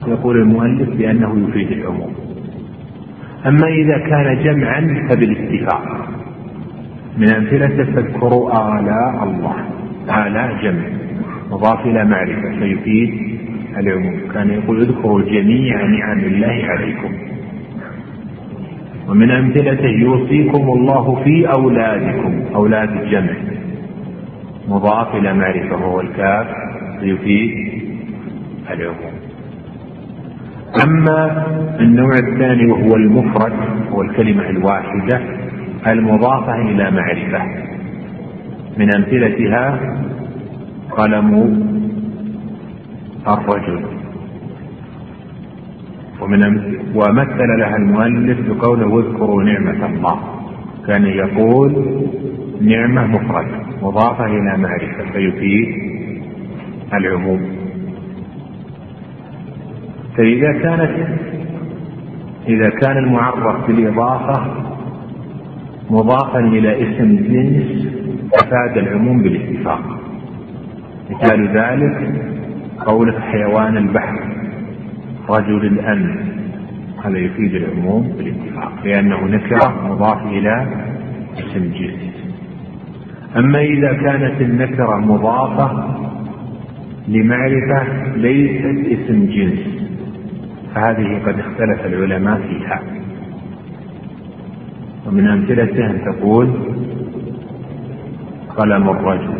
يقول المؤلف بأنه يفيد العموم. أما إذا كان جمعا فبالاتفاق. من أمثلة فاذكروا آلاء الله، آلاء جمع مضاف إلى معرفة فيفيد العموم. كان يقول اذكروا جميع نعم الله عليكم. ومن أمثلته يوصيكم الله في أولادكم، أولاد الجمع مضاف إلى معرفة وهو الكاف فيفيد العموم. أما النوع الثاني وهو المفرد، هو الكلمة الواحدة المضافة إلى معرفة. من أمثلتها قلم الرجل. ومثل لها المؤلف بقوله واذكروا نعمة الله. كان يقول نعمة مفرد مضافة إلى معرفة فيفيد العموم. فإذا كان المعرف بالإضافة مضافا إلى اسم جنس أفاد العموم بالاتفاق. مثال ذلك قولة حيوان البحر، رجل الأمن، هذا يفيد العموم بالاتفاق لأنه نكرة مضاف إلى اسم جنس. أما إذا كانت النكرة مضافة لمعرفة ليست اسم جنس فهذه قد اختلف العلماء فيها. ومن أمثلته أن تقول قلم الرجل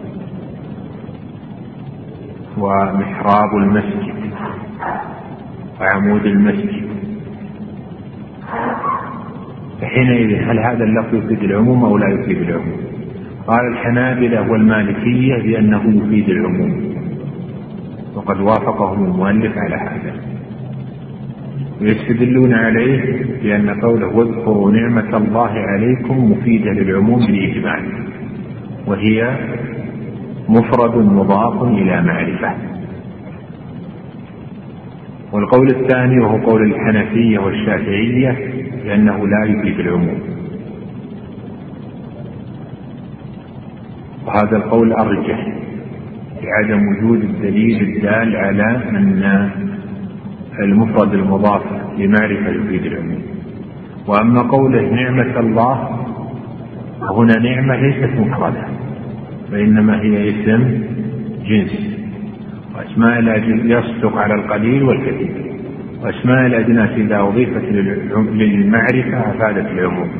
ومحراب المسجد وعمود المسجد. فحينئذ هل هذا اللفظ يفيد العموم أو لا يفيد العموم؟ قال الحنابلة والمالكية بأنه يفيد العموم، وقد وافقهم المؤلف على هذا، ويستدلون عليه بأن قوله واذكروا نعمة الله عليكم مفيدة للعموم بالإجماع، وهي مفرد مضاف إلى معرفة. والقول الثاني وهو قول الحنفية والشافعية بأنه لا يفيد العموم، وهذا القول أرجح لعدم وجود الدليل الدال على أن المفرد المضاف لمعرفة يفيد العموم. وأما قوله نعمة الله، هنا نعمة ليست مفردة وإنما هي اسم جنس، وأسماء الأجناس يصدق على القليل والكثير، وأسماء الأجناس إذا أضيفت للمعرفة أفادت العموم.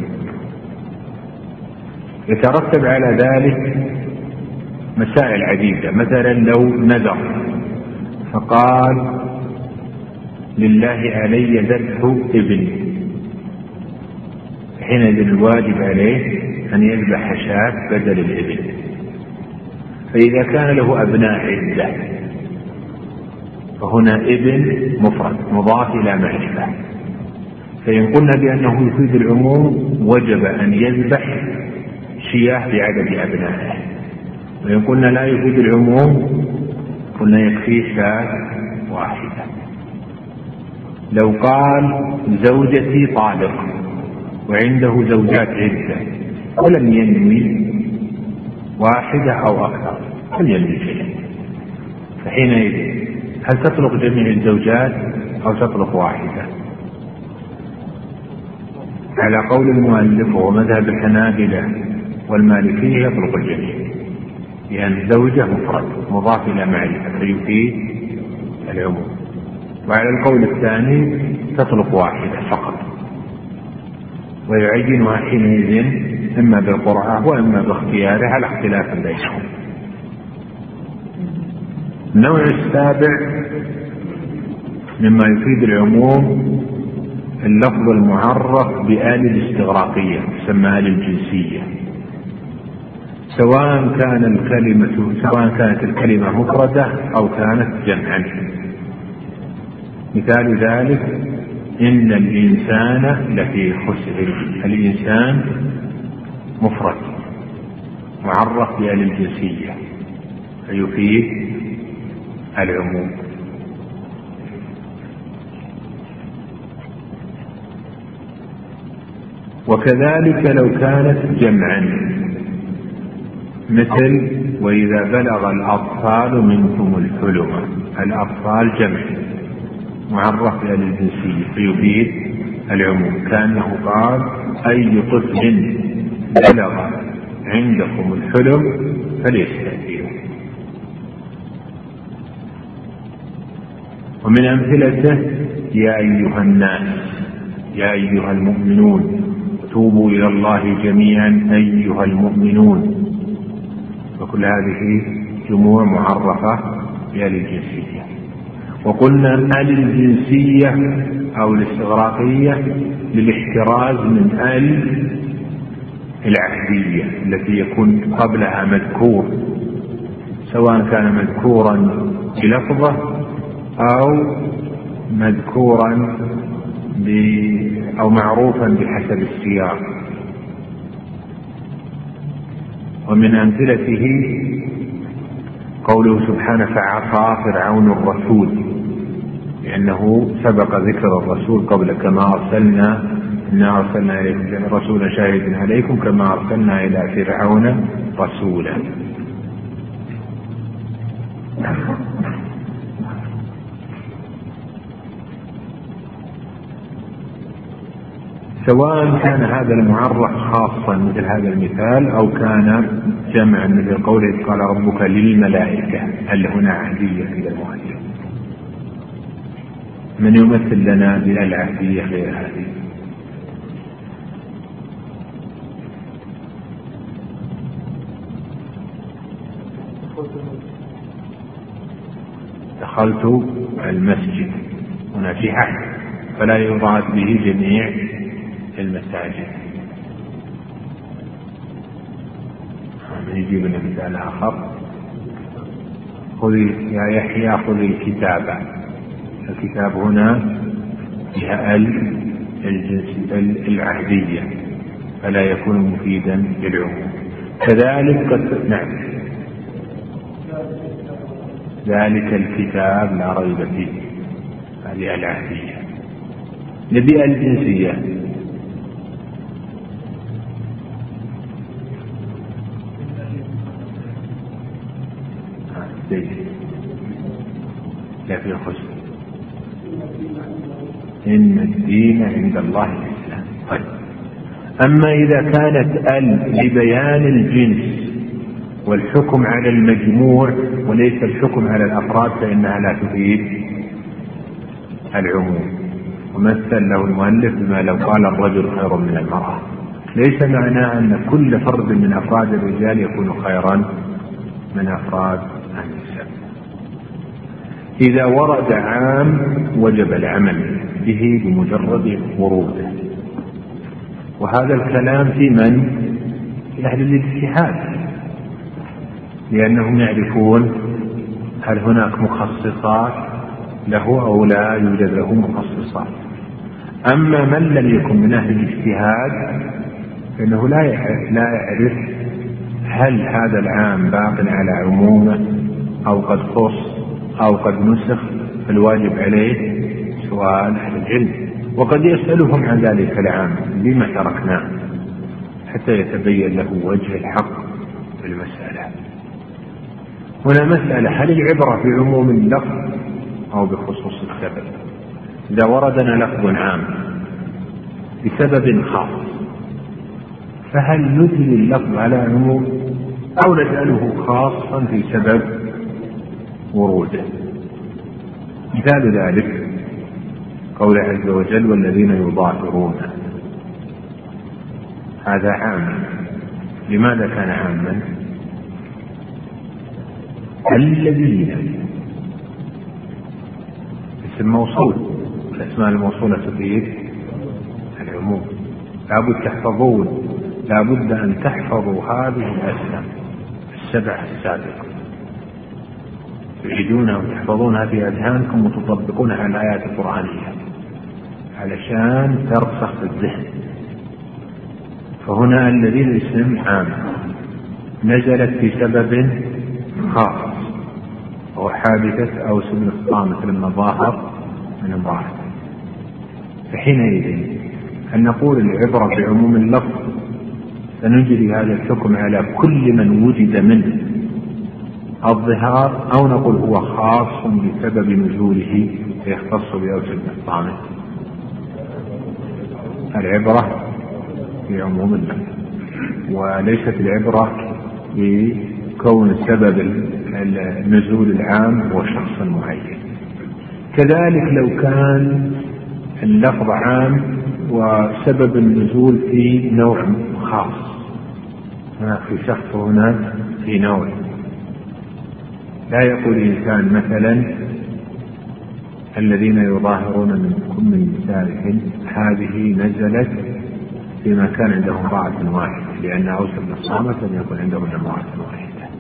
يترتب على ذلك مسائل عديدة. مثلا لو نذر فقال لله علي ذبح ابن، حينئذ الواجب عليه أن يذبح شاة بدل الابن. فإذا كان له أبناء عدة فهنا ابن مفرد مضاف إلى معرفة، فإن قلنا بأنه يفيد العموم وجب أن يذبح شياه بعدد أبنائه، وإن قلنا لا يفيد العموم قلنا يكفيه شاة واحدة. لو قال زوجتي طالق وعنده زوجات عدة ولم ينوي واحدة أو أكثر هل ينوي شيئا، فحينئذ هل تطلق جميع الزوجات أو تطلق واحدة؟ على قول المؤلف ومذهب الحنابلة والمالكية يطلق الجميع، لأن زوجة مفرد مضاف إلى معرفة فيفيد العموم. وعلى القول الثاني تطلق واحدة فقط، ويعينها حينئذ إما بالقرعة وإما باختياره على اختلاف بينهم. النوع السابع مما يفيد العموم اللفظ المعرف بآل الاستغراقية، تسمى آل الجنسية، سواء كانت الكلمة مفردة أو كانت جمعا. مثال ذلك إن الإنسان لفي خسر. الإنسان مفرد معرف بآل الجنسية فيفيد العموم. وكذلك لو كانت جمعا، مثل وإذا بلغ الأطفال منكم الحلم. الأطفال جمع معرف للجنسية فيفيد العموم، كأنه قال أي طفل بلغ عندكم الحلم فليستأذنوا. ومن أمثلته يا أيها الناس، يا أيها المؤمنون، توبوا إلى الله جميعا أيها المؤمنون. وكل هذه جموع معرفة للجنسية. وقلنا أل الجنسية أو الاستغراقية للاحتراز من أل العهدية التي يكون قبلها مذكور، سواء كان مذكورا بلفظه أو مذكورا أو معروفا بحسب السياق. ومن أمثلته قوله سبحانه فعصى فرعون الرسول، لأنه سبق ذكر الرسول قبل كما إنا أرسلنا إليكم رسولا شاهدا عليكم كما أرسلنا إلى فرعون رسولا. سواء كان هذا المعرف خاصا مثل هذا المثال أو كان جمعا مثل قوله قال ربك للملائكة، هل هنا عهدية إلى المؤلف؟ من يمثل لنا بالعهدية غير هذه؟ دخلت المسجد، هنا في عهد فلا يراد به جميع المساجد. نجيب لنا مثال آخر، خذ يا يحيى خذ الكتاب. الكتاب هنا فيها العهدية فلا يكون مفيدا للعموم. كذلك نعم ذلك الكتاب لا ريب فيه، هذه العهدية. نبي الجنسية لا في خسر، إن الدين عند الله الإسلام. طيب. أما إذا كانت لبيان الجنس والحكم على المجموع وليس الحكم على الأفراد فإنها لا تفيد العموم. ومثل له المؤلف بما لو قال الرجل خير من المرأة، ليس معناه أن كل فرد من أفراد الرجال يكون خيرا من أفراد النساء. إذا ورد عام وجب العمل به بمجرد وروده. وهذا الكلام في من؟ في أهل الاجتهاد، لأنهم يعرفون هل هناك مخصصات له أو لا يوجد له مخصصات. أما من لم يكن من أهل الاجتهاد فإنه لا يعرف هل هذا العام باق على عمومه أو قد خص أو قد نسخ. الواجب عليه سؤال أهل العلم، وقد يسألهم عن ذلك العام لما تركناه حتى يتبين له وجه الحق في المسألة. هنا مسألة، هل العبرة بعموم اللفظ أو بخصوص السبب؟ إذا وردنا لفظ عام بسبب خاص فهل نجري اللفظ على عموم أو نجعله خاصا في سبب وروده؟ مثال ذلك قول عز وجل والذين يظاهرون، هذا عام. لماذا كان عاما؟ الذين اسم موصول، الأسماء الموصولة تفيد العموم. لابد تحفظون، لابد أن تحفظوا هذه الأسماء السبع السابقة، تعيدونها وتحفظونها في أذهانكم وتطبقونها على الآيات القرآنية علشان ترسخ في الذهن. فهنا الذين اسم عام نزلت في سبب خاص أو حادثة أو سبب إسقام مثل المظاهر من امرأة. فحينئذ أن نقول العبرة بعموم اللفظ فنجري هذا الحكم على كل من وجد منه الظهار، أو نقول هو خاص بسبب نزوله يختص بأوسط الطعام. العبرة في عموم اللفظ، وليست العبرة بكون سبب النزول العام هو شخص معين. كذلك لو كان اللفظ عام وسبب النزول في نوع خاص، هناك في شخص هناك في نوع، لا يقول إنسان مثلا الذين يظاهرون منكم من نسائهم هذه نزلت فيما كان عندهم امرأة واحدة، لأن أوس بن الصامت أن يكون عندهم امرأة واحدة.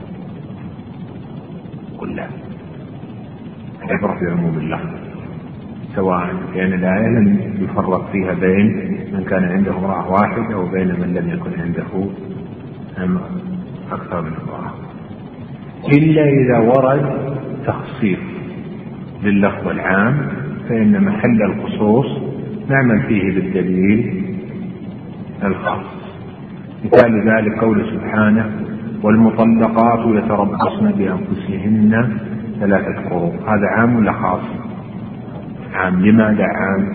قل لا، العبرة في عموم اللفظ، سواء كان الآية لم يفرق فيها بين من كان عنده امرأة واحدة أو بين من لم يكن عنده أكثر من امرأة، إلا إذا ورد تخصيص لللفظ العام فإن محل الخصوص نعمل فيه بالدليل الخاص. مثال ذلك قوله سبحانه والمطلقات يتربصن بأنفسهن 3 قروء، هذا عام ولا خاص؟ عام. لماذا عام؟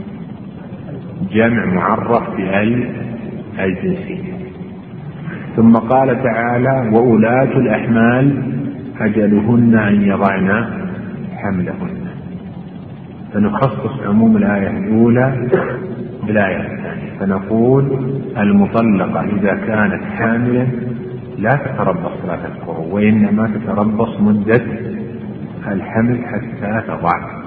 جمع معرف بالجنسية. ثم قال تعالى وأولاة الأحمال أجلهن أن يضعن حملهن، فنخصص عموم الآية الأولى بالآية الثانية، فنقول المطلقة إذا كانت حاملا لا تتربص 3 قروء، وإنما تتربص مدة الحمل حتى تضع.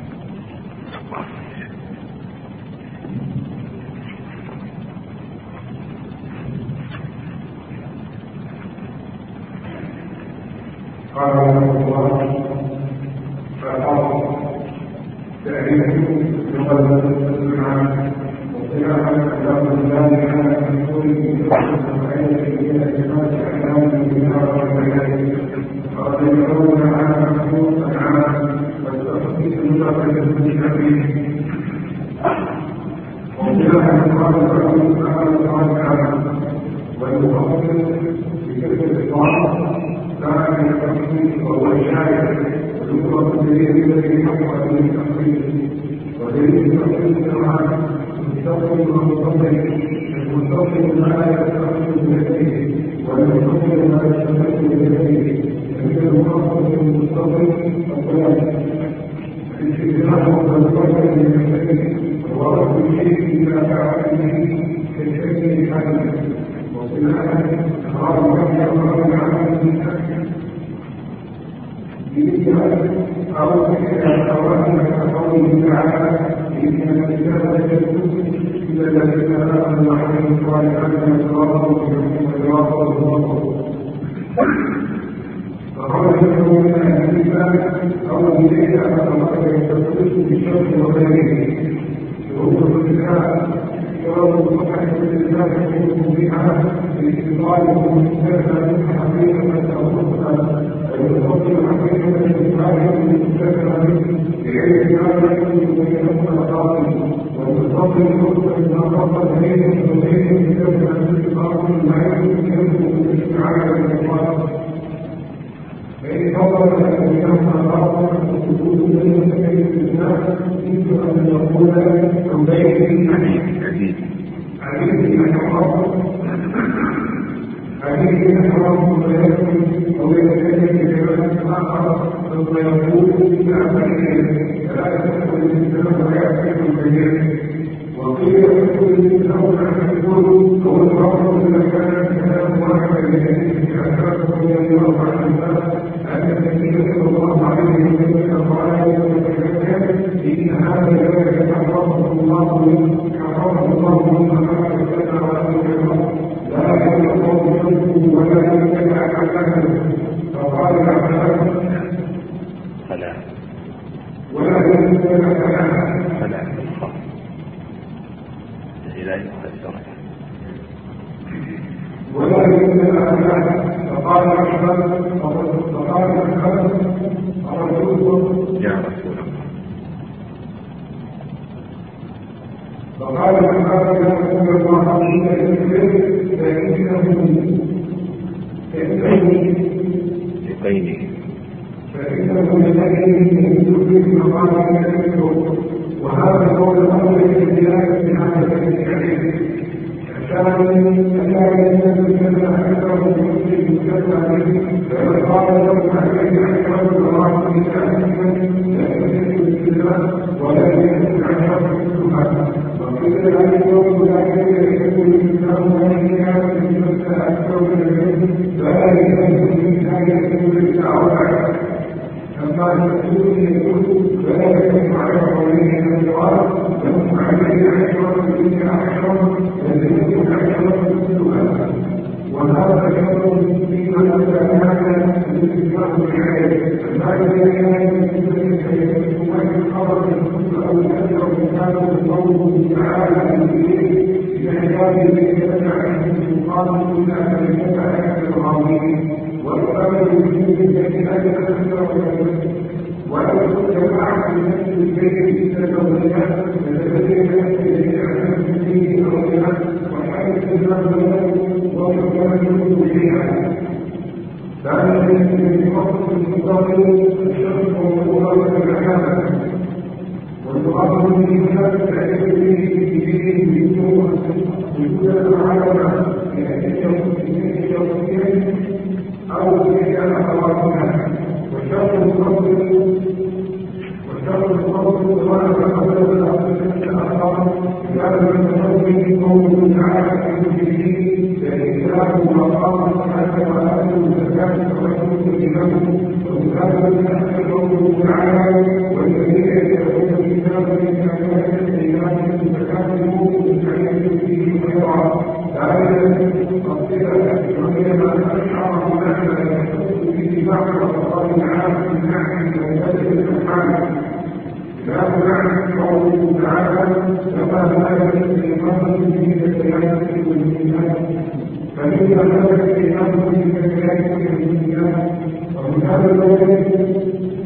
قال الله فقال تعريف لغة السمعان وصياحة أخلاق الله على المسؤول وعين إلى إثبات أحلام النار والملائكة ويدعون على مخلوق العام والتخصيص لغة المسلمين وصياحة أخلاق الله تعالى والمفصل بكثرة الطاعة كان التخصيص وهو الشاعر والنصرة الدليل الذي حقق من التخصيص ودليل التخصيص كما مستقبل المستقبل ما يستقبل بيده والمستقبل ما يستقبل بيده مثل المستقبل المستقبل القيام الاستدراك والمستقبل بيده ورد الشيء إلى فاعله كالشيء الحديث وصناعة أخبار الله وأمر العمل من حقه بإجهاد أو فكرة أوامر قوله تعالى إن الكتاب يكتب إلا الذين آمنوا وعملوا الصالحات وتواصوا بالحق وتواصوا فقال له من الكتاب أو إليك فقد يستخلص بالشر وغيره وهو الكتاب يرى الصحة بالله يكون بها باستقباله من كتابها حقيقة تأخذها ويفضل حقيقة الإسلام من كتابها بغير هذا يكون بينهما القاضي ويفضل الحكم إذا قصد بينه وبين كتابها باستقبال المعين يكون بالاستعانة بالإخلاص فإن فضل بينهما القاضي وسجود بين سبيل الإسلام يمكن أن يقول عن بين عزيز عليه الحرام عليه الحرام ويكون أو يتكلم بكلام آخر ثم يقول لا فلا تدخل الإسلام ويأتي البيان وقيل يدخل الإسلام ويقول هو الحرام إذا كان الكلام واحد يجب كأساس رضي الله عنه أن النبي صلى الله عليه وسلم قال إن هذا لا يتحرمه الله حرمه الله مما قال كذا وأنه لا يتحرم شركه ولا يتبع حسنه فقال العباس فلا ولا يتبع حسنه فلا لا يفسر ولا يتبع حسنه فقال العباس يا رسول الله فقال الحافظ يا رسول الله فإنه فإنه يجب مقام يكتب وهذا هو الأمر الذي في هذا الحديث الثاني الذي كما أكثر المسلم كما فإن قال له عليه أكثر الله في ولا يكون عن ربه وقيل له لا يكون الإسلام وإن كان في نفسه أكثر من العلم فلا يكون الإنسان يكون الإسلام أما المسؤول يقول فلا يكون على قوله من الجواب يكون عليه عشرة تلك عشرة يكون عشرة مثلها وهذا يكون فيما أتى هذا الاستثناء عليه ما إذا كان يكون الخبر أو الأجر كان قوله تعالى بإحداث يتبع يقال إلا أن يتبع الغاوين والأمر يجوز التي أجل ولو جماعة من نفس البيت تتوزيات الذين يعلمون فيه أولياء وحيث تزال ويكون فيها ثانيا من فصل المضطر الشرط والمضطر العامة والمضطر الإنسان تعرف به بدين بالنور وجود العالم أو كان حواليها والشرط المفضل ولا تقبل الأخطاء كان من تقبل قوله تعالى في المسلمين فالإسلام وقام حتى وآتوا الزكاة ورسول الإمام وكان من أحسن قوله تعالى والذين يتبعون الكتاب من كتاب الإيمان الزكاة المؤمن تعيش فيه خيرا ثالثا تصديق وبينما أشعر هناك بعض الأفراد العام من ناحية ويبدأ الأفعال لا معنى قوله تعالى كما لا يجب الإمام به كالسياسة والميزان فمما لا يجب الإمام به كالسياسة والميزان ومن هذا الوجه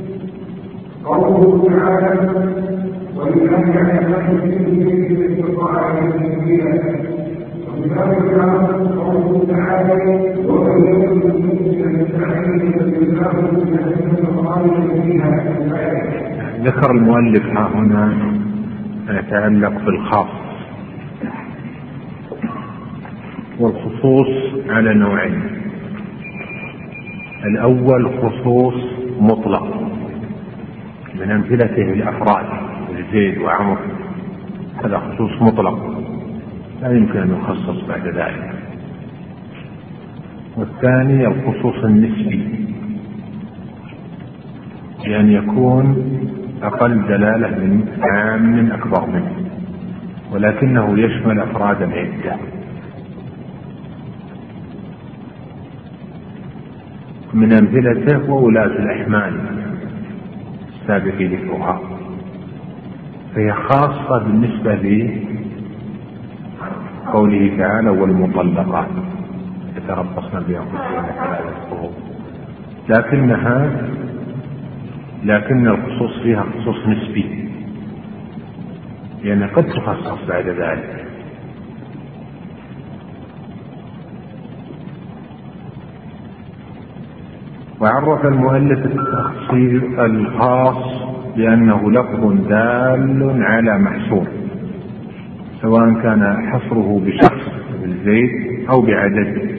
قوله تعالى ولله على الناس به بالاستطاعة والتنبيه وذلك قوله تعالى ومن يكن المسلم التعليم بالله فإنه خالد فيها. ذكر المؤلف ها هنا ما يتعلق بالخاص والخصوص على نوعين. الأول خصوص مطلق من أمثلته الأفراد زيد وعمر، هذا خصوص مطلق لا يمكن أن يخصص بعد ذلك. والثاني الخصوص النسبي بأن يكون أقل دلالة من عام أكبر منه ولكنه يشمل أفرادا عدة. من أمثلته وولاة الأحمال السابق ذكرها، فهي خاصة بالنسبة لقوله تعالى والمطلقات يتربصن بأنفسهن ثلاثة قروء، لكن الخصوص فيها خصوص نسبي يعني قد تخصص بعد ذلك. وعرف المؤلف التخصيص الخاص بأنه لفظ دال على محصور، سواء كان حصره بشخص بالزيد أو بعدد،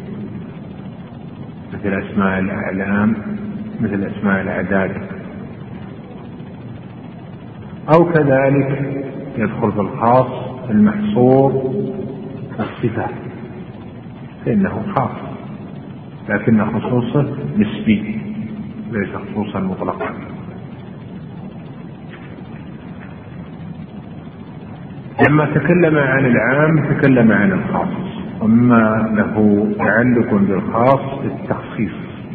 مثل أسماء الأعلام، مثل أسماء الأعداد، أو كذلك يدخل في الخاص المحصور الصفة فإنه خاص لكن خصوصه نسبي ليس خصوصا مطلقا. لما تكلم عن العام تكلم عن الخاص، ومما له تعلق بالخاص التخصيص،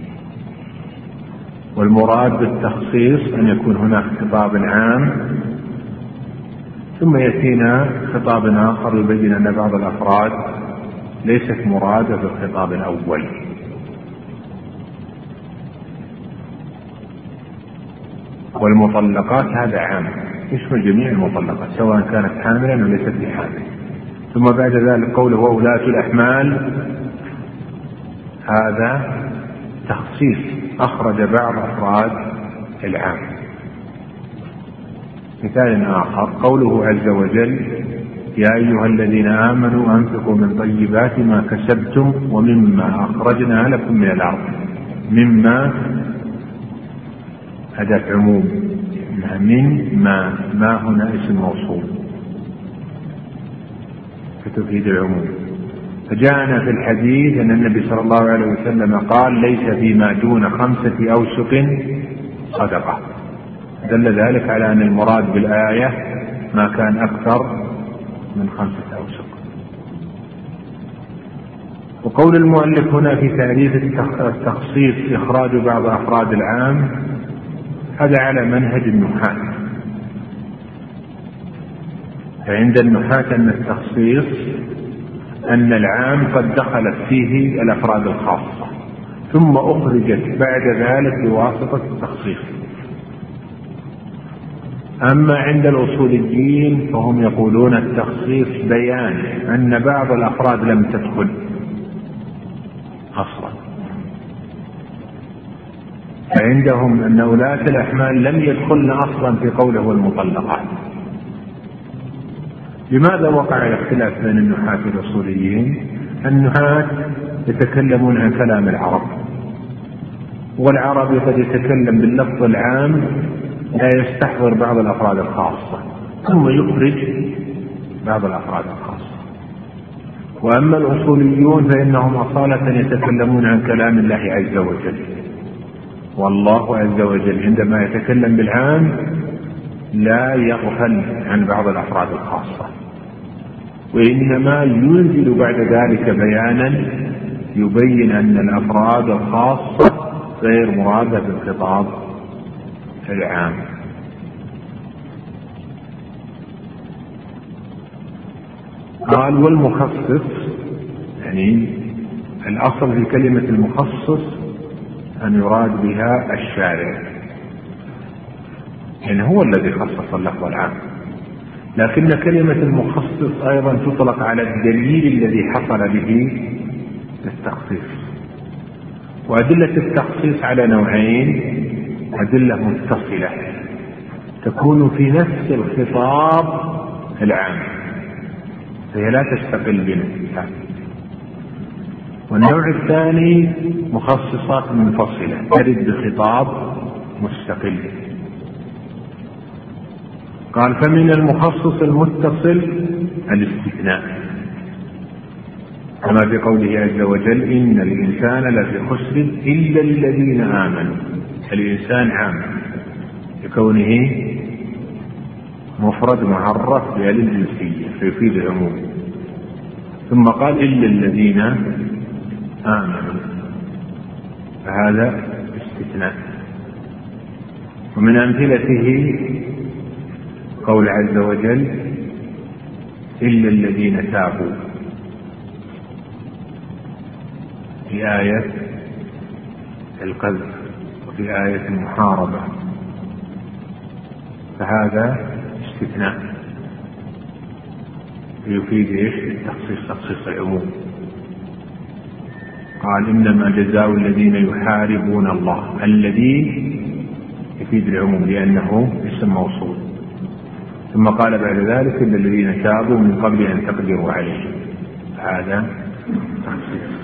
والمراد بالتخصيص أن يكون هناك خطاب عام ثم يأتينا خطاب آخر يبين أن بعض الأفراد ليست مرادة بالخطاب الأول. والمطلقات هذا عام يشمل جميع المطلقات سواء كانت حاملا أو ليست بحامل. ثم بعد ذلك قوله وولاة الأحمال هذا تخصيص، أخرج بعض أفراد العام. مثال آخر قوله عز وجل: يا أيها الذين آمنوا أنفقوا من طيبات ما كسبتم ومما أخرجنا لكم من الأرض. مما أداة عموم، من ما هنا اسم موصول فتفيد العموم. فجاءنا في الحديث أن النبي صلى الله عليه وسلم قال: ليس فيما دون 5 أوسق صدقة. دل ذلك على أن المراد بالآية ما كان أكثر من 5 أوسق. وقول المؤلف هنا في تعريف التخصيص إخراج بعض أفراد العام، هذا على منهج النحاة. فعند النحاة أن التخصيص أن العام قد دخلت فيه الأفراد الخاصة ثم أخرجت بعد ذلك بواسطة التخصيص. أما عند الأصوليين فهم يقولون التخصيص بيان أن بعض الأفراد لم تدخل أصلا، فعندهم أن ولاة الأحمال لم يدخلن أصلا في قوله والمطلقات. لماذا وقع الاختلاف بين النحاة والأصوليين؟ النحاة يتكلمون عن كلام العرب، والعرب قد يتكلم باللفظ العام لا يستحضر بعض الأفراد الخاصة ثم يخرج بعض الأفراد الخاصة. وأما الأصوليون فإنهم أصالة يتكلمون عن كلام الله عز وجل، والله عز وجل عندما يتكلم بالعام لا يغفل عن بعض الأفراد الخاصة، وإنما ينزل بعد ذلك بيانا يبين أن الأفراد الخاصة غير مرادة بالخطاب العام. قال: والمخصص، يعني الأصل في كلمة المخصص أن يراد بها الشارع، يعني هو الذي خصص اللفظ العام، لكن كلمة المخصص أيضا تطلق على الدليل الذي حصل به التخصيص. وأدلة التخصيص على نوعين: أدلة متصلة تكون في نفس الخطاب العام فهي لا تستقل بنفسها، والنوع الثاني مخصصات منفصلة ترد بخطاب مستقل. قال: فمن المخصص المتصل الاستثناء، كما في قوله عز وجل: إن الإنسان لفي خسر إلا الذين آمنوا. الإنسان عام لكونه مفرد معرف بآل الجنسية فيفيد العموم، ثم قال: إلا الذين آمنوا، فهذا استثناء. ومن أمثلته قول عز وجل: إلا الذين تابوا، في آية القذف وفي آية المحاربة، فهذا استثناء يفيد التخصيص، تخصيص العموم. قال: إنما جزاء الذين يحاربون الله، الذين يفيد العموم لأنه اسم موصول. ثم قال بعد ذلك: إلا الذين تابوا من قبل أن تقدروا عليه، هذا تخصيص.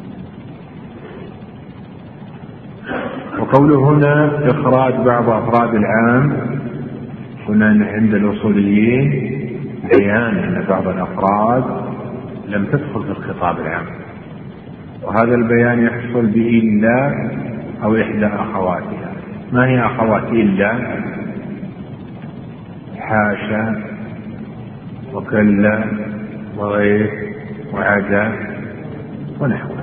وقوله هنا إخراج بعض أفراد العام، قلنا أن عند الأصوليين بيان أن بعض الأفراد لم تدخل في الخطاب العام، وهذا البيان يحصل بإلا أو إحدى أخواتها. ما هي أخوات إلا؟ حاشا وكلا وغير وعدا ونحوه.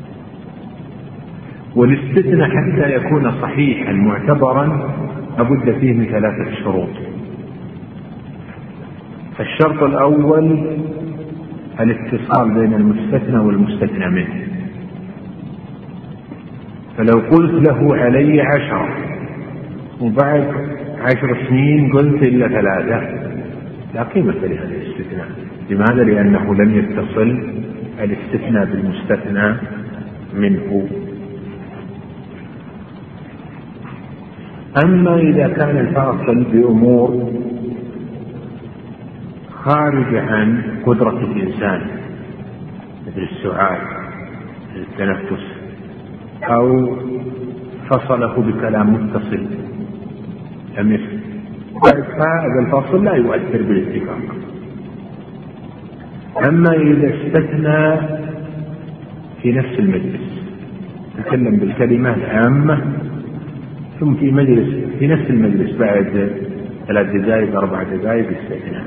والاستثناء حتى يكون صحيحا معتبرا لابد فيه من 3 شروط. الشرط الأول الاتصال بين المستثنى والمستثنى منه، فلو قلت له علي 10 وبعد 10 سنين قلت إلا 3 لا قيمة لهذا الاستثناء. لماذا؟ لأنه لم يتصل الاستثناء بالمستثنى منه. أما إذا كان الحاصل بأمور خارجة عن قدرة الإنسان مثل السعال، التنفس، أو فصله بكلام متصل لم يفهم، فهذا الفصل لا يؤثر بالاتفاق. أما إذا استثنى في نفس المجلس، تكلم بالكلمة العامة ثم في نفس المجلس بعد 3 دقائق 4 دقائق استثناء،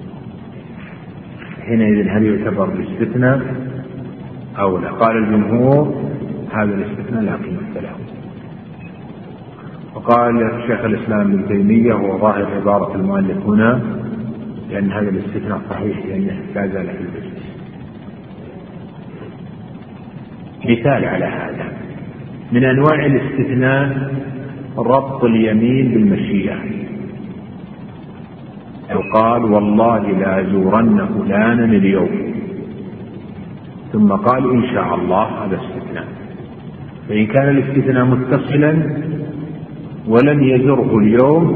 حينئذ هل يعتبر الاستثناء أو لا؟ قال الجمهور هذا الاستثناء لا قيمة له. وقال شيخ الإسلام ابن تيمية هو ظاهر عبارة المؤلف هنا لأن هذا الاستثناء صحيح لأنه لا زال في المجلس. مثال على هذا من أنواع الاستثناء ربط اليمين بالمشيئة. لو قال والله لا أزورن فلانا اليوم ثم قال إن شاء الله، هذا استثناء. فإن كان الاستثناء متصلا ولم يزره اليوم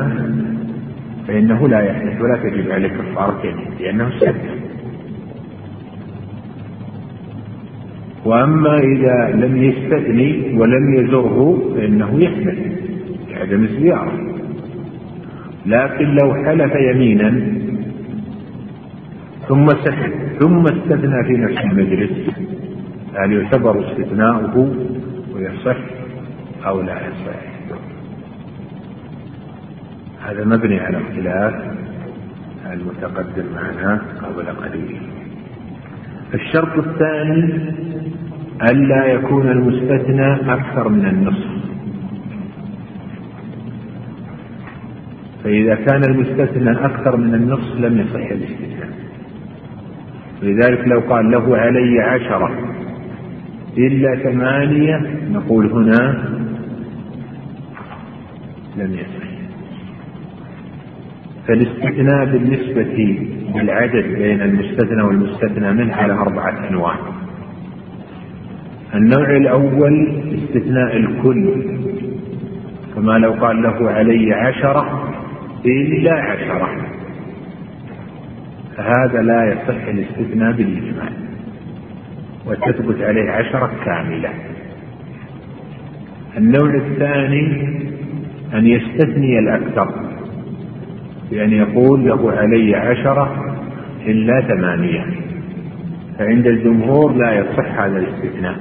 فإنه لا يحدث ولا تجب عليه كفارة يمين لأنه استثناء. وأما إذا لم يستثني ولم يزره فإنه يحمل لعدم الزيارة. لكن لو حلف يمينا ثم سكت ثم استثنى في نفس المجلس، هل يعتبر استثناؤه ويصح أو لا يصح؟ هذا مبني على اختلاف المتقدم معنا قبل قليل. الشرط الثاني ألا يكون المستثنى أكثر من النصف. فإذا كان المستثنى أكثر من النصف لم يصح الاستثناء. لذلك لو قال له علي 10 إلا 8 نقول هنا لم يصح. فالاستثناء بالنسبة للعدد بين المستثنى والمستثنى منه على 4 أنواع. النوع الأول استثناء الكل، كما لو قال له علي 10 إلا 10، فهذا لا يصح الاستثناء بالإجمال وتثبت عليه 10 كاملة. النوع الثاني أن يستثني الأكثر، بأن يقول له علي 10 إلا 8، فعند الجمهور لا يصح هذا الاستثناء،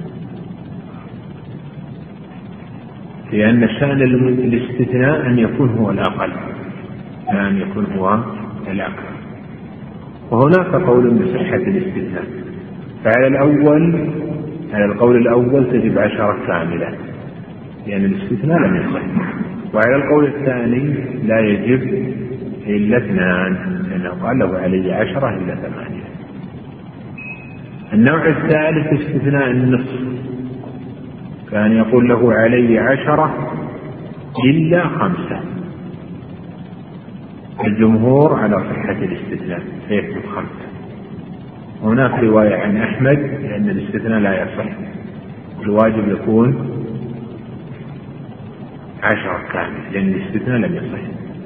لأن شأن الاستثناء أن يكون هو الأقل لا أن يكون هو الأكثر. وهناك قول بصحة الاستثناء، فعلى القول الأول تجب 10 كاملة لأن الاستثناء لم يصح، وعلى القول الثاني لا يجب إلا 2 لأنه قال له علي 10 إلا 8. النوع الثالث استثناء النصف، كان يقول له علي 10 إلا 5. الجمهور على صحة الاستثناء فيكتب 5. هناك رواية عن أحمد لأن الاستثناء لا يصح، الواجب يكون 10 كامل لأن الاستثناء لم يصح.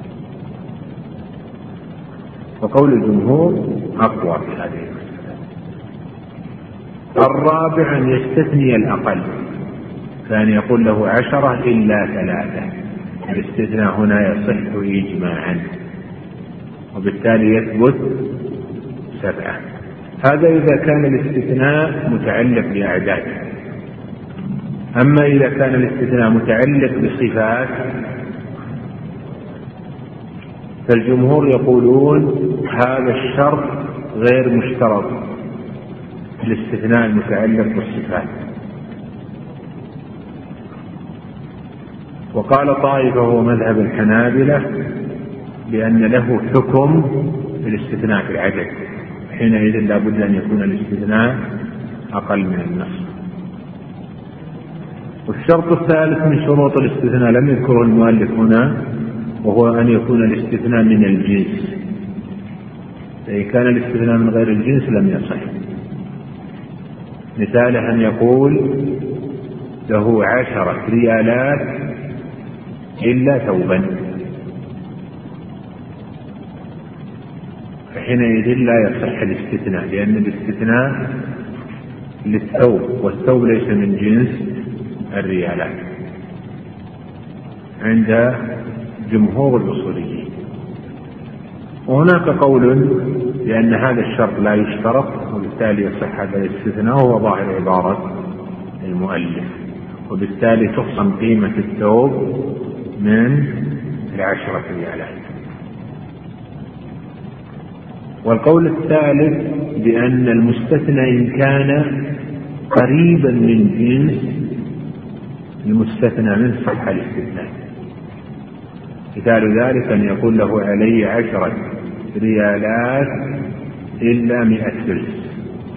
وقول الجمهور أقوى في هذه المسألة. الرابع أن يستثني الأقل، كان يقول له 10 إلا 3. الاستثناء هنا يصح إجماعا وبالتالي يثبت 7. هذا إذا كان الاستثناء متعلق بأعداد. أما إذا كان الاستثناء متعلق بصفات فالجمهور يقولون هذا الشرط غير مشترط في الاستثناء المتعلق بالصفات. وقال طائفة هو مذهب الحنابلة بأن له حكم في الاستثناء في العدد، حينئذ لا بد أن يكون الاستثناء أقل من النصف. والشرط الثالث من شروط الاستثناء لم يذكره المؤلف هنا، وهو أن يكون الاستثناء من الجنس. فإن كان الاستثناء من غير الجنس لم يصح. مثاله أن يقول له 10 ريالات إلا ثوبا، فحينئذ لا يصح الاستثناء، لأن الاستثناء للثوب، والثوب ليس من جنس الريالات عند جمهور الأصوليين. وهناك قول بأن هذا الشرط لا يشترط، وبالتالي يصح هذا الاستثناء، وهو ظاهر عبارة المؤلف، وبالتالي تخصم قيمة الثوب من 10 ريالات. والقول الثالث بأن المستثنى إن كان قريبا من جنس المستثنى منه صح الاستثناء. مثال ذلك أن يقول له علي 10 ريالات إلا 100 فلس،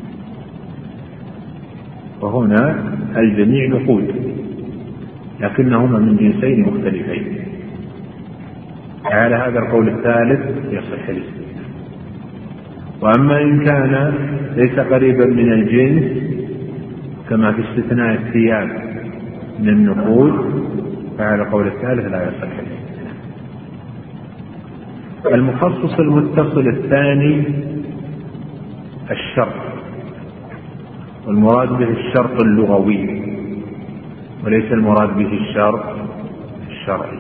وهنا الجميع نقود لكنهما من جنسين مختلفين. على هذا القول الثالث يصح الاستثناء. وأما إن كان ليس قريبا من الجنس كما في استثناء الثياب من النقود، فعلى القول الثالث لا يصح الاستثناء. المخصص المتصل الثاني الشرط، والمراد به الشرط اللغوي وليس المراد به الشرط الشرعي.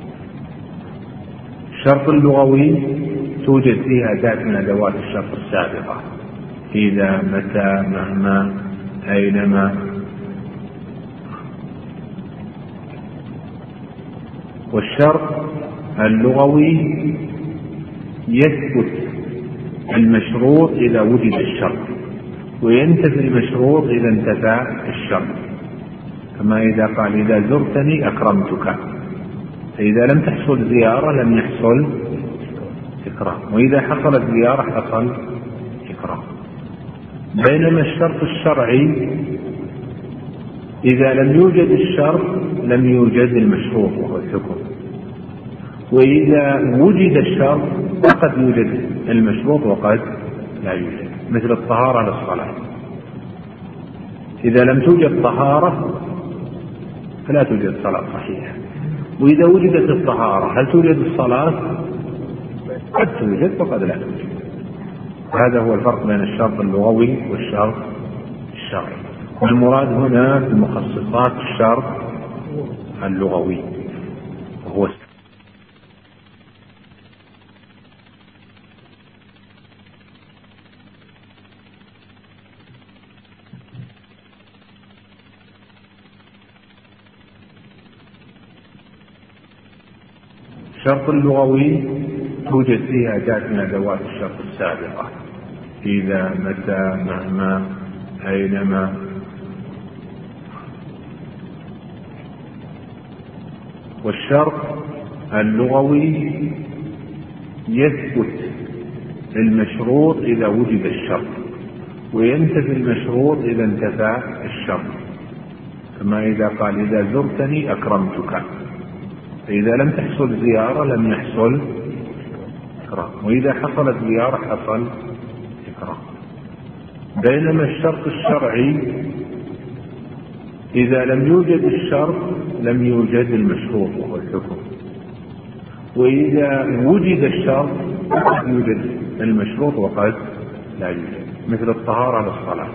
الشرط اللغوي توجد فيه أداة من أدوات الشرط السابقة، إذا، متى، مهما، أينما. والشرط اللغوي يثبت المشروط إذا وجد الشرط، وينتفي المشروط إذا انتفى الشرط، كما إذا قال إذا زرتني أكرمتك، فإذا لم تحصل زيارة لم يحصل إكرام، وإذا حصلت زيارة حصل إكرام. بينما الشرط الشرعي إذا لم يوجد الشرط لم يوجد المشروط وهو الحكم، وإذا وجد الشرط فقد يوجد المشروط وقد لا يوجد، مثل الطهارة للصلاة. إذا لم توجد طهارة فلا توجد صلاة صحيحة، وإذا وجدت الطهارة هل توجد الصلاة؟ قد توجد وقد لا توجد. هذا هو الفرق بين الشرط اللغوي والشرط الشرعي. والمراد هنا في مخصصات الشرط اللغوي وهو الشرط اللغوي توجد فيه أداة من أدوات الشرط السابقة، إذا، متى، مهما، أينما. والشرط اللغوي يثبت المشروط إذا وجد الشرط، وينتفي المشروط إذا انتفى الشرط، كما إذا قال إذا زرتني أكرمتك، فإذا لم تحصل زيارة لم يحصل إكرام، وإذا حصلت زيارة حصل إكرام. بينما الشرط الشرعي إذا لم يوجد الشرط لم يوجد المشروط وهو الحكم، وإذا وجد الشرط قد يوجد المشروط وقد لا يوجد، مثل الطهارة للصلاة.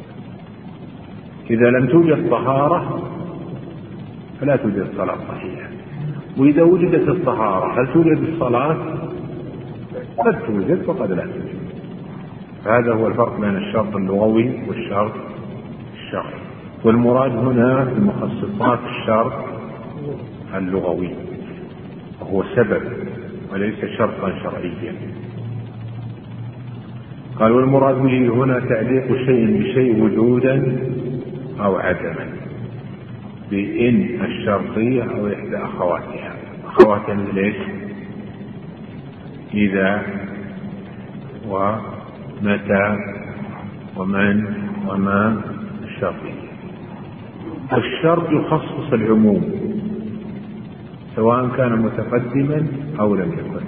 إذا لم توجد طهارة فلا توجد صلاة صحيحة، وإذا وجدت الطهارة هل توجد الصلاة؟ قد توجد وقد لا توجد. هذا هو الفرق بين الشرط اللغوي والشرط الشرعي. والمراد هنا في مخصصات الشرط اللغوي وهو سبب وليس شرطا شرعيا. قال والمراد به هنا تعليق شيء بشيء وجودا أو عدما، بإن الشرطية أو إحدى أخواتها. أخواتها مثل إيش؟ إذا ومتى ومن وما الشرطية. الشرط يخصص العموم سواء كان متقدما أو لم يكن.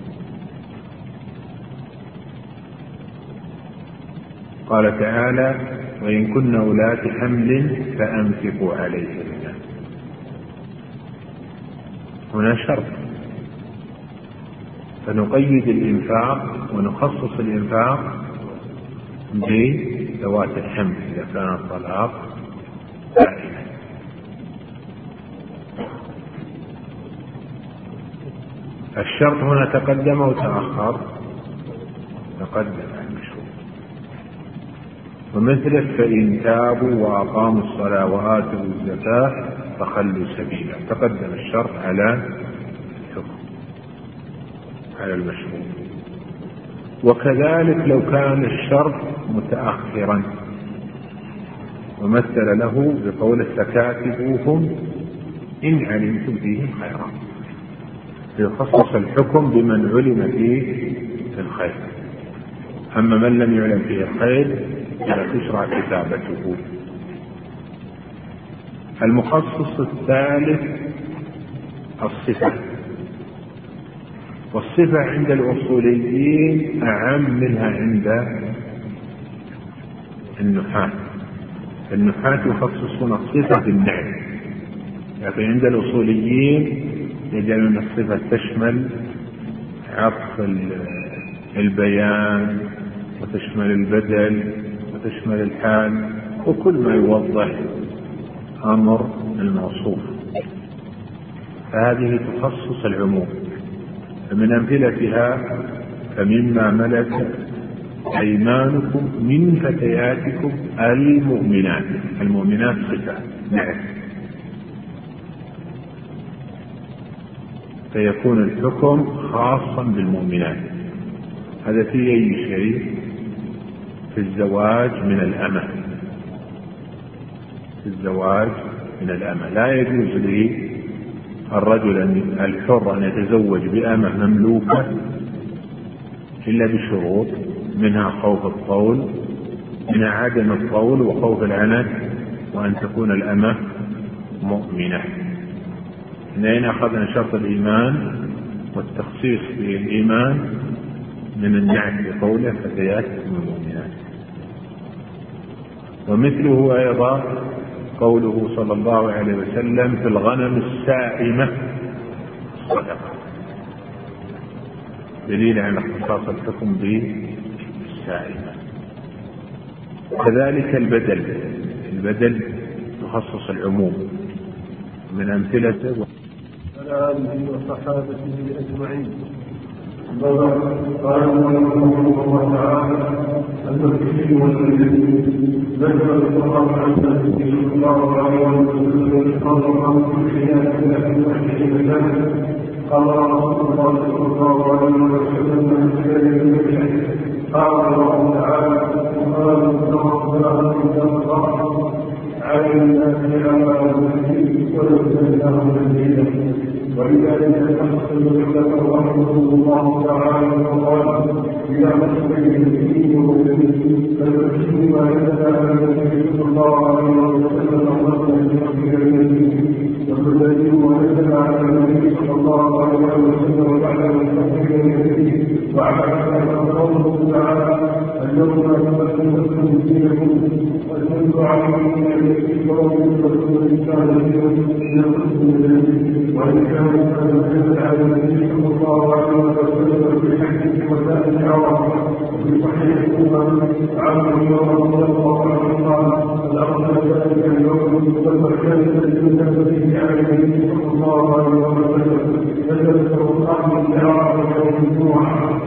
قال تعالى وإن كن أولات حمل فأنفقوا عليهن. هنا شرط، فنقيد الإنفاق ونخصص الإنفاق بذوات الحمل إذا كان الطلاق دائما. الشرط هنا تقدم وتأخر، تقدم المشروط. ومثل فإن تابوا وأقاموا الصلاة وآتوا الزكاة فخلوا سبيلا، تقدم الشرط على الحكم على المشروط. وكذلك لو كان الشرط متأخرا ومثل له بقول فكاتبوهم إن علمتم فيهم خيرا، يخصص الحكم بمن علم فيه الخير، أما من لم يعلم فيه الخير فلا تشرع كتابته. المخصص الثالث الصفة، والصفة عند الأصوليين أعم منها عند النحاة. النحاة يخصصون الصفة بالنعت، لكن عند الأصوليين يجعلون الصفة تشمل عطف البيان وتشمل البدل وتشمل الحال وكل ما يوضح أمر الموصوف، فهذه تخصص العموم. فمن أمثلتها فمما ملكت أيمانكم من فتياتكم المؤمنات، المؤمنات صفة نعم، فيكون الحكم خاصا بالمؤمنات. هذا في أي شيء؟ في الزواج من الأمة، في الزواج من الأمة لا يجوز للرجل الحر أن يتزوج بأمة مملوكة إلا بشروط، منها خوف الطول، منها عدم الطول وخوف العنت، وأن تكون الأمة مؤمنة. لأن أخذنا شرط الإيمان والتخصيص بالإيمان من النعت بقوله فتياتكم المؤمنات. ومثله أيضا قوله صلى الله عليه وسلم في الغنم السائمة صدقة، دليل على اختصاص الحكم بالسائمة. كذلك البدل يخصص العموم، من أمثلته على آله وصحابته أجمعين. قال الله تعالى المسيح والذي ذكر القرآن عن النبي صلى الله عليه وسلم قال الله في آيات 21 سنة قال رسول الله صلى الله عليه وسلم قال الله تعالى وقال الله على الناس على المسيح ولله الدين. ولذلك تحصل له رحمه الله تعالى وقال إذا مسك الدين والدين فالمسيح ما يتبع النبي صلى الله عليه وسلم والذي ويتبع النبي صلى الله عليه وسلم بعد التحقيق وعلى قوله تعالى اليوم أكملت لكم دينكم وأتممت عليكم نعمتي ورضيت لكم الإسلام دينا وإن كان الحديث على النبي صلى الله عليه وسلم في حديث وسائل العرب وفي صحيح الإمام عنه يوم رضي الله عنه قال الأرض ذلك اليوم والمكان الذي نزل فيه على النبي صلى الله عليه وسلم نزل القرآن في العرب يوم الجمعة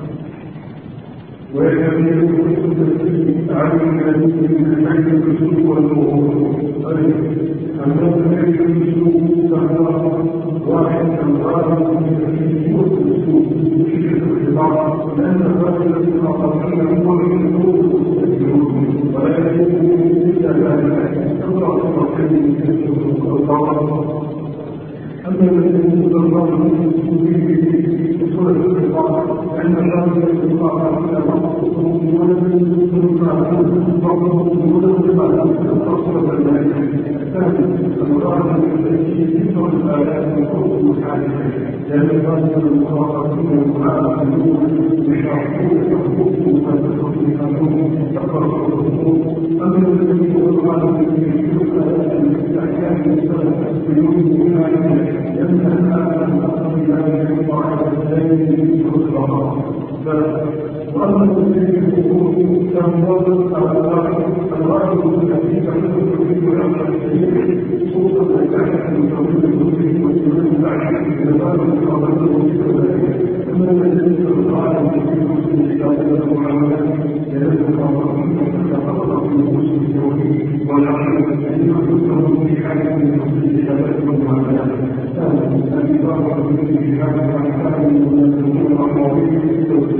ويجب أن علم الذي من حيث السوء والظهور أنه ليس السوء فهو واحد أمراض في سوء السوء في الاختلاط، لأن الرجل الذي خاطبه هو السوء ولا يجب إلا ذلك تقرأ الرحيم في السوء. أما الذي يقول الله في سورة الاختلاط أن الرجل الاختلاط على مقصوده ولم يكن معه بعضه ولم يفعل التصور ذلك. الثاني المراد الذي يذكر الآيات وحكم المحارمة لأن الرجل المخاطبين والمعاملون يشرحون حقوقهم وتخفيفهم تقرأ الحقوق. أما الذي يقول الله في الأحكام السلف يؤمن بما وأما المسلمين يقولون تنظر على الواحد الذي تحدث والأمر خصوصا الأحد من توحيد المسلمين والسلام بعد الإنسان والقضاء والسلام أما الذي يقول على المسلمين يتعلم معاملات يلزم الله تتفرق في المسلم التوحيد والعقل أن يحدثهم في حالة من تفصيل شباب والمعاملات أن يضاف في حالة عن حالة من المسلمين والمعاملات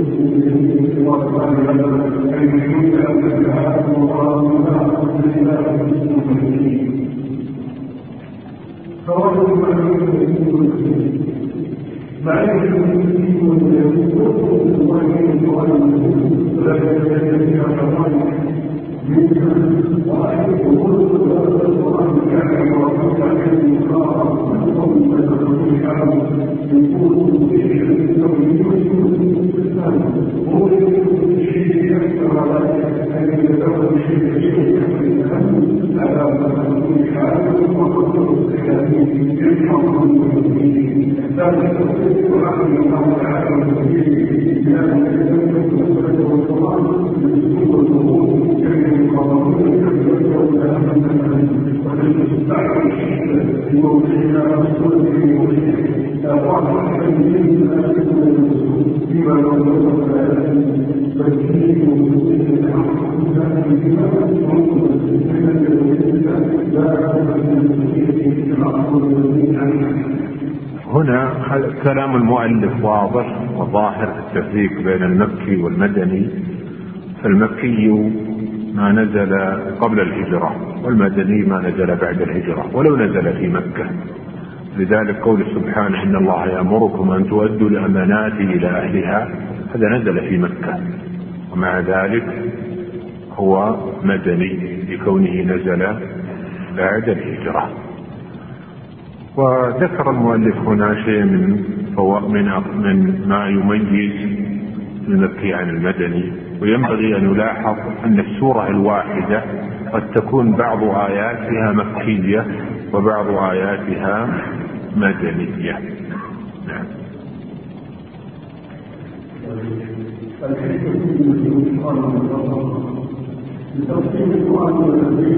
هنا كلام المؤلف واضح وظاهر التفريق بين المكي والمدني. فالمكي ما نزل قبل الهجرة والمدني ما نزل بعد الهجرة ولو نزل في مكة. لذلك قول سبحانه إن الله يأمركم أن تؤدوا الأمانات إلى أهلها، هذا نزل في مكة، ومع ذلك هو مدني لكونه نزل بعد الهجرة. وذكر المؤلف هنا شيء من ما يميز المكي عن المدني. وينبغي أن يلاحظ أن السورة الواحدة قد تكون بعض آياتها مكية وبعض آياتها مدنية. نعم. لتفصيل القرآن والتدبير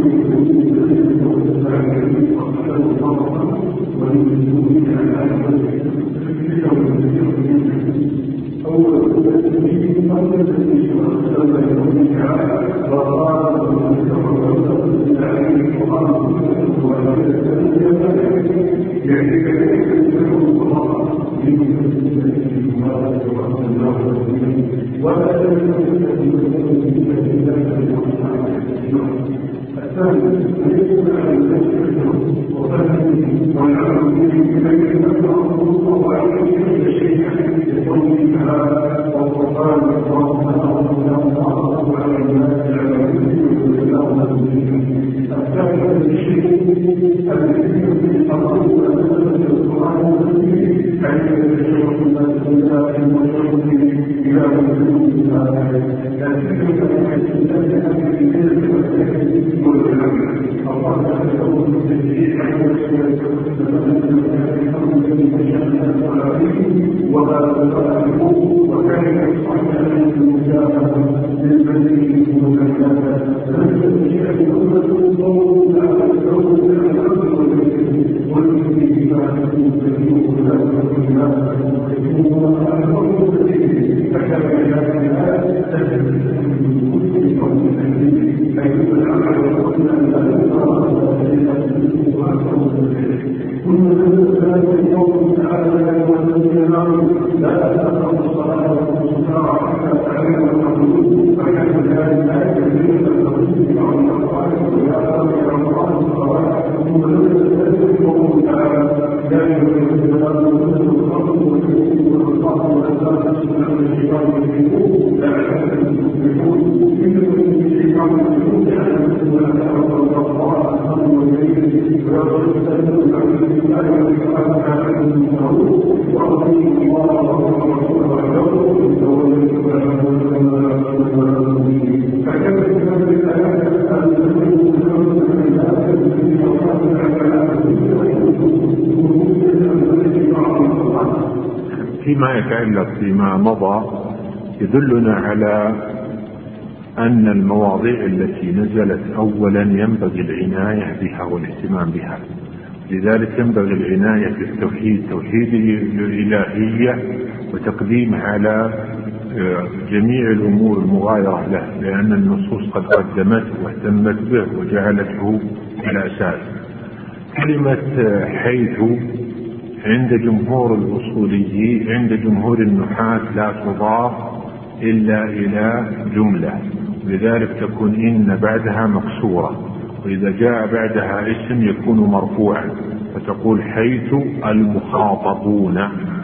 فيما يتعلق بما مضى يدلنا على أن المواضيع التي نزلت أولا ينبغي العناية بها والاهتمام بها. لذلك ينبغي العناية بالتوحيد، توحيد الإلهية، وتقديمه على جميع الأمور المغايرة له، لأن النصوص قد قدمته واهتمت به وجعلته الأساس. كلمة حيث عند جمهور الأصوليين، عند جمهور النحاة، لا تضاف إلا إلى جملة، لذلك تكون إن بعدها مكسورة، وإذا جاء بعدها اسم يكون مرفوعا، فتقول حيث المخاطبون.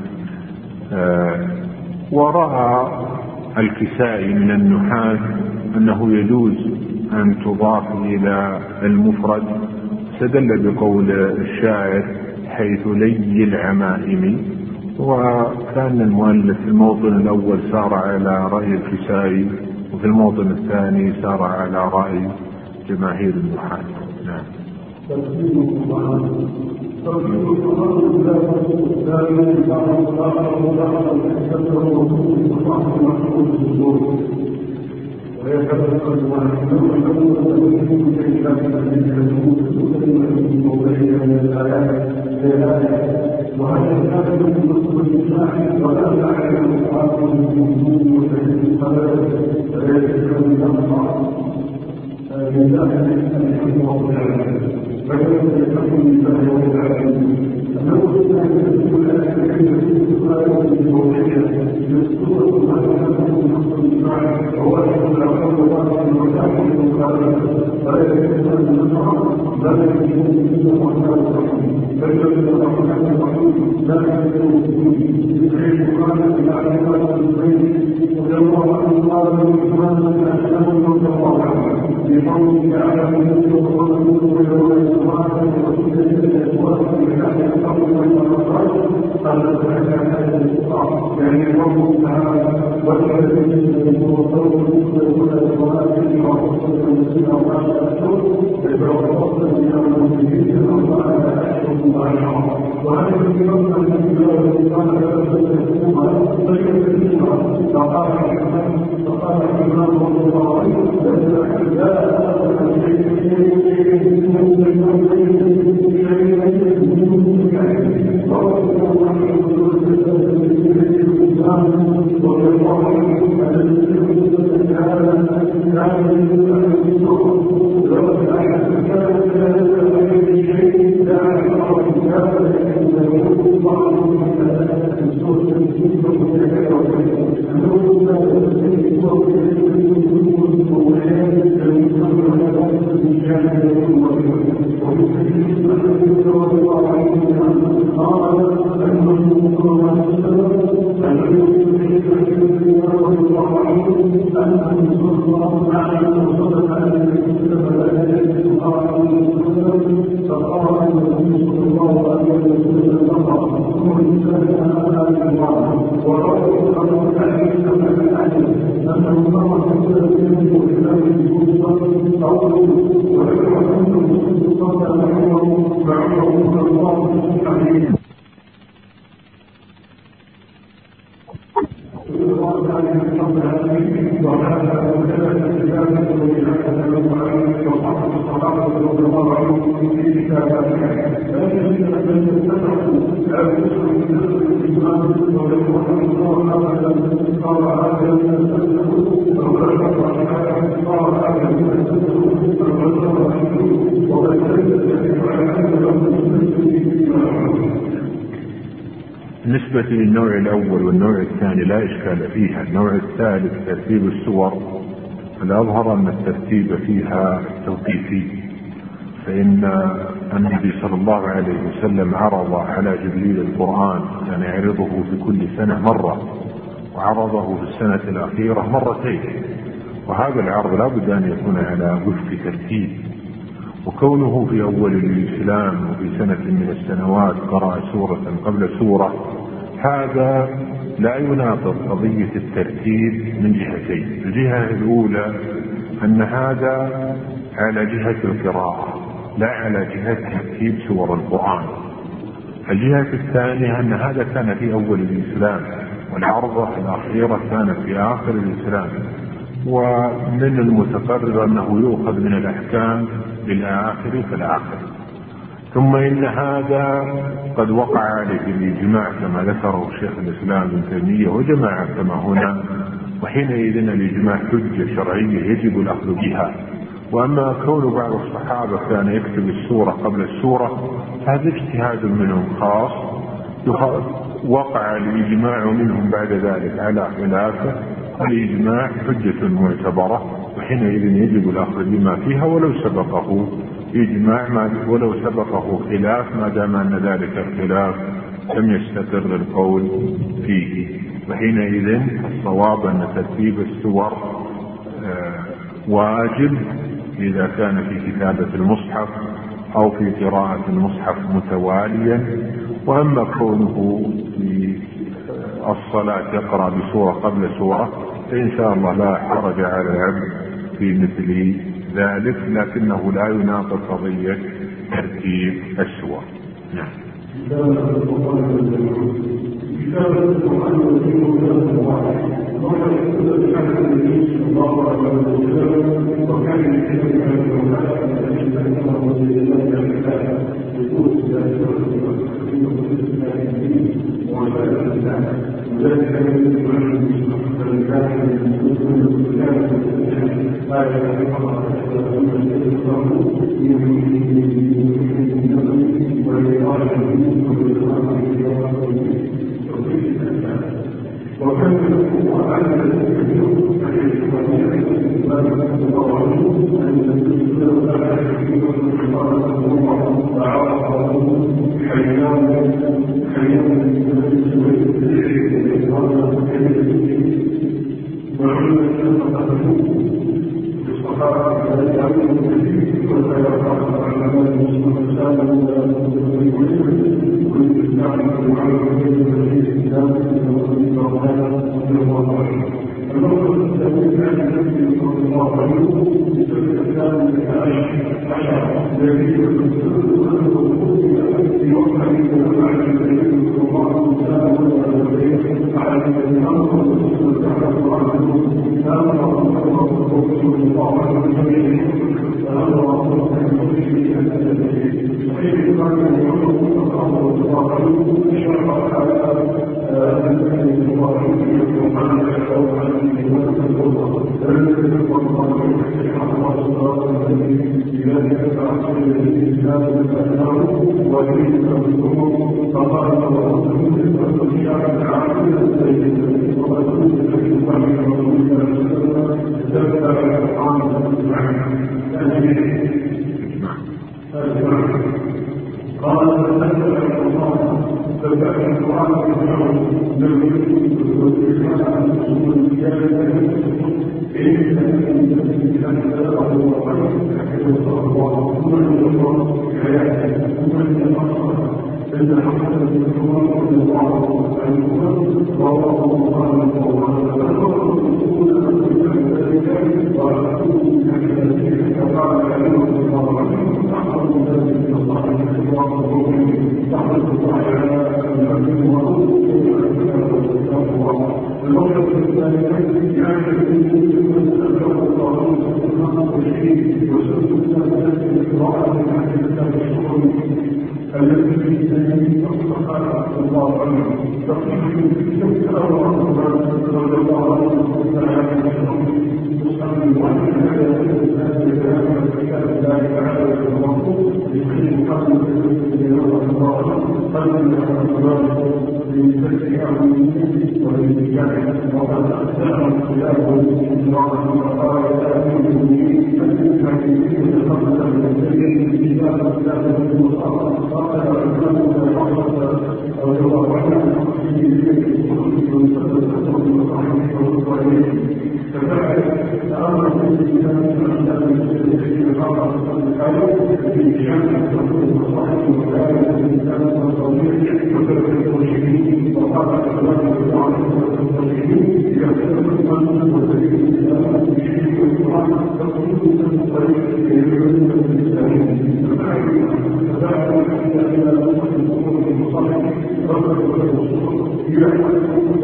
ورأى الكسائي من النحاة أنه يجوز أن تضاف إلى المفرد، استدل بقول الشاعر حيث لي العمائم. وكان المؤلف في الموطن الأول سار على رأي الكسائي، وفي الموطن الثاني سار على رأي جماهير النحاة. نعم. بالنسبة للنوع الأول والنوع الثاني لا إشكال فيها. النوع الثالث ترتيب السور، الأظهر أن الترتيب فيها توقيفي، فإن النبي صلى الله عليه وسلم عرض على جبريل القرآن، كان يعرضه في كل سنة مرة، وعرضه في السنة الأخيرة مرتين، وهذا العرض لا بد أن يكون على وفق ترتيب. وكونه في أول الإسلام وفي سنة من السنوات قرأ سورة قبل سورة، هذا لا يناقض قضية الترتيب من جهتين. الجهة الأولى أن هذا على جهة القراءة لا على جهة ترتيب سور القرآن، الجهة الثانية أن هذا كان في أول الإسلام، والعرضة الأخيرة كانت في آخر الإسلام، ومن المتقرر أنه يؤخذ من الأحكام بالآخر فالآخر. ثم إن هذا قد وقع عليه الإجماع كما ذكره شيخ الإسلام ابن تيمية وجماعة كما هنا، وحينئذ الإجماع حجة شرعية يجب الأخذ بها. وأما كون بعض الصحابة كان يكتب السورة قبل السورة هذا اجتهاد منهم خاص، وقع الإجماع منهم بعد ذلك على خلافه، الإجماع حجة معتبرة، وحينئذ يجب الأخذ بما فيها ولو سبقه إجماع ولو سبقه خلاف، ما دام أن ذلك الخلاف لم يستقر القول فيه. وحينئذ الصواب أن ترتيب السور واجب إذا كان في كتابة المصحف أو في قراءة المصحف متواليا. وأما كونه في الصلاة يقرأ بسورة قبل سورة فإن شاء الله لا حرج على العبد في مثل ذلك، لكنه لا يناقض قضية ترتيب السور. نعم.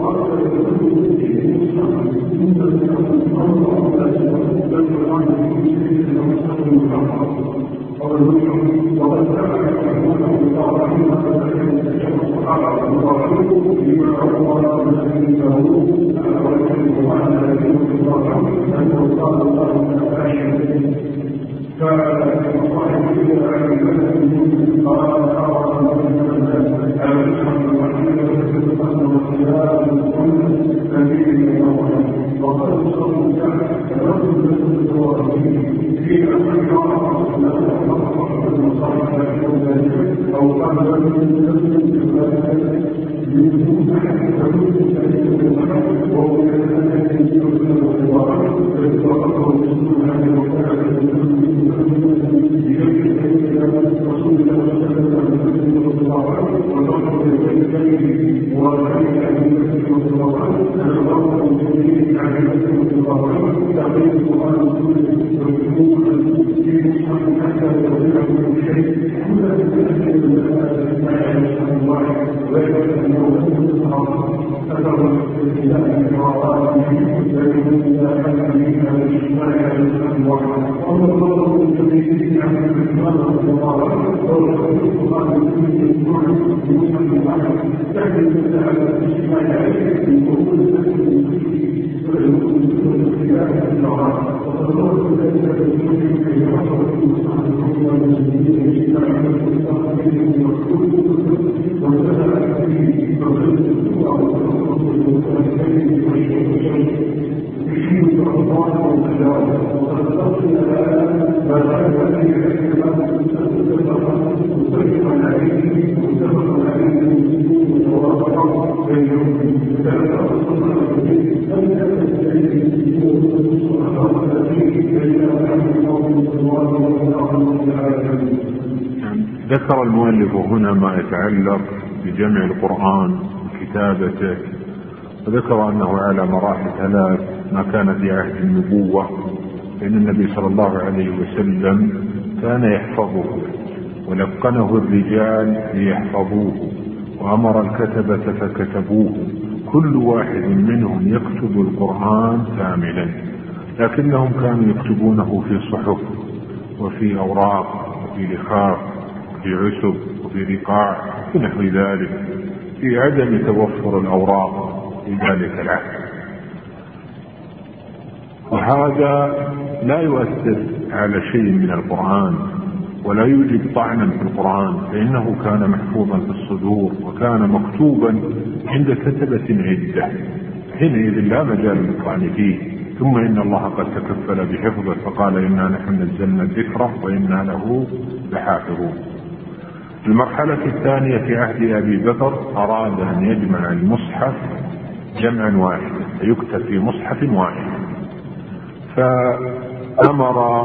ذكر المؤلف هنا ما يتعلق بجمع القرآن وكتابته، وذكر أنه على مراحل ثلاث: ما كان في عهد النبوة، فإن النبي صلى الله عليه وسلم كان يحفظه ولقنه الرجال ليحفظوه، وأمر الكتبة فكتبوه، كل واحد منهم يكتب القرآن كاملا، لكنهم كانوا يكتبونه في صحف وفي أوراق وفي لخاف وفي عسب وفي رقاع ونحو ذلك، في عدم توفر الأوراق في ذلك العهد. وهذا لا يؤثر على شيء من القرآن ولا يوجد طعنا في القرآن، فإنه كان محفوظا في الصدور وكان مكتوبا عند كتبة عدة، حينئذ لا مجال للطعن فيه. ثم إن الله قد تكفل بحفظه، فقال: إنا نحن نزلنا الذكر وإنا له لحافظون. المرحلة الثانية في عهد أبي بكر أراد أن يجمع المصحف جمعا واحدا، يكتب في مصحف واحد، فأمر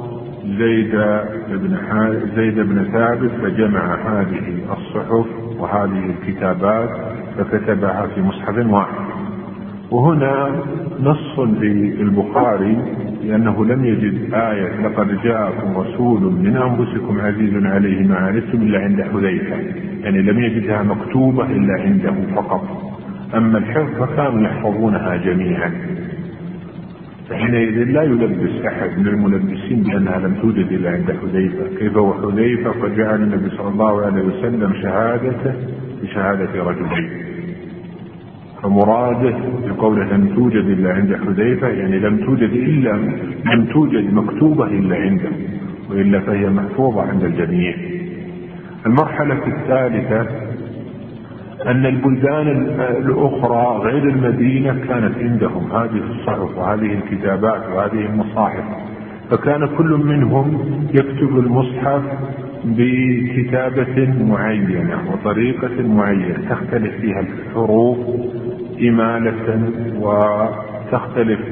زيد بن ثابت فجمع هذه الصحف وهذه الكتابات فكتبها في مصحف واحد. وهنا نص في البخاري لأنه لم يجد آية لقد جاءكم رسول من أنفسكم عزيز عليه ما عنتم إلا عند حذيفة، يعني لم يجدها مكتوبة إلا عنده فقط. أما الحفظ فكانوا يحفظونها جميعا، فحينئذ لا يلبس أحد من الملبسين بأنها لم توجد إلا عند حذيفة. كيف وحذيفة قد جعل النبي صلى الله عليه وسلم شهادته بشهادة رجلين، فمراده بقوله لم توجد إلا عند حذيفة يعني لم توجد مكتوبة إلا عنده، وإلا فهي محفوظة عند الجميع. المرحلة الثالثة أن البلدان الأخرى غير المدينة كانت عندهم هذه الصحف وهذه الكتابات وهذه المصاحف، فكان كل منهم يكتب المصحف بكتابة معينة وطريقة معينة تختلف فيها الحروف إمالة، وتختلف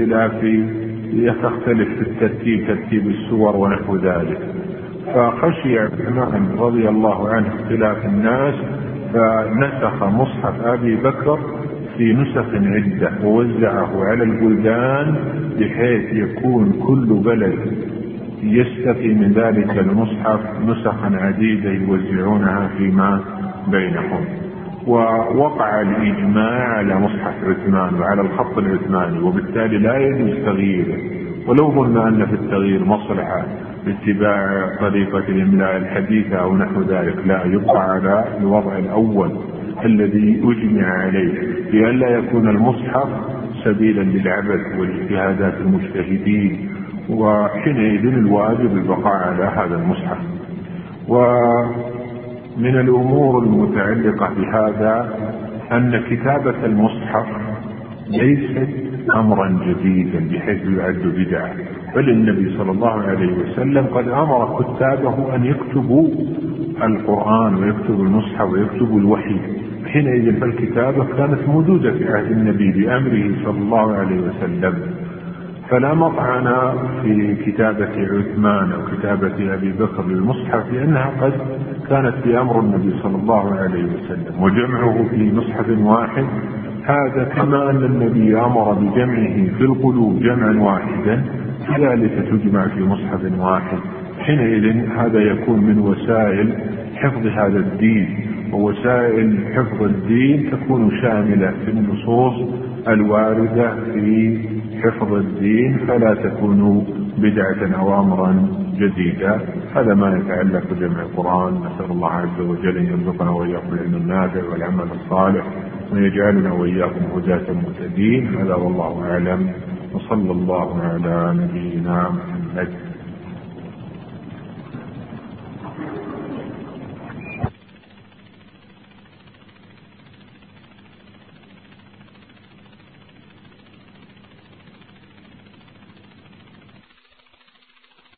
تختلف في الترتيب، ترتيب السور ونحو ذلك. فخشي عثمان رضي الله عنه اختلاف الناس، فنسخ مصحف أبي بكر في نسخ عدة ووزعه على البلدان بحيث يكون كل بلد يستقي من ذلك المصحف نسخا عديدة يوزعونها فيما بينهم. ووقع الإجماع على مصحف عثمان وعلى الخط العثماني، وبالتالي لا يجوز تغييره. ولو ظن أن في التغيير مصلحة باتباع طريقة الإملاء الحديثة أو نحو ذلك، لا، يبقى على الوضع الأول الذي أجمع عليه، لئلا يكون المصحف سبيلا للعبث والاجتهادات المجتهدين، وحينئذ الواجب البقاء على هذا المصحف. ومن الأمور المتعلقة بهذا أن كتابة المصحف ليست أمرا جديدا بحيث يعد بدعة، بل النبي صلى الله عليه وسلم قد أمر كتابه أن يكتبوا القرآن ويكتبوا المصحف ويكتبوا الوحي. حينئذ فالكتابة كانت موجودة في عهد النبي بأمره صلى الله عليه وسلم، فلا مطعن في كتابة عثمان أو كتابة أبي بكر للمصحف، لأنها قد كانت بأمر النبي صلى الله عليه وسلم. وجمعه في مصحف واحد هذا كما أن النبي أمر بجمعه في القلوب جمعا واحدا، كذلك تجمع في مصحف واحد. حينئذ هذا يكون من وسائل حفظ هذا الدين، ووسائل حفظ الدين تكون شاملة في النصوص الواردة في حفظ الدين، فلا تكون بدعة أو أمرا جديدا. هذا ما يتعلق بجمع القرآن. نسأل الله عز وجل أن يرزقنا وإياكم العلم النافع والعمل الصالح، ويجعلنا وإياكم هداة مهتدين. هذا والله أعلم، وصلى الله على نبينا محمد.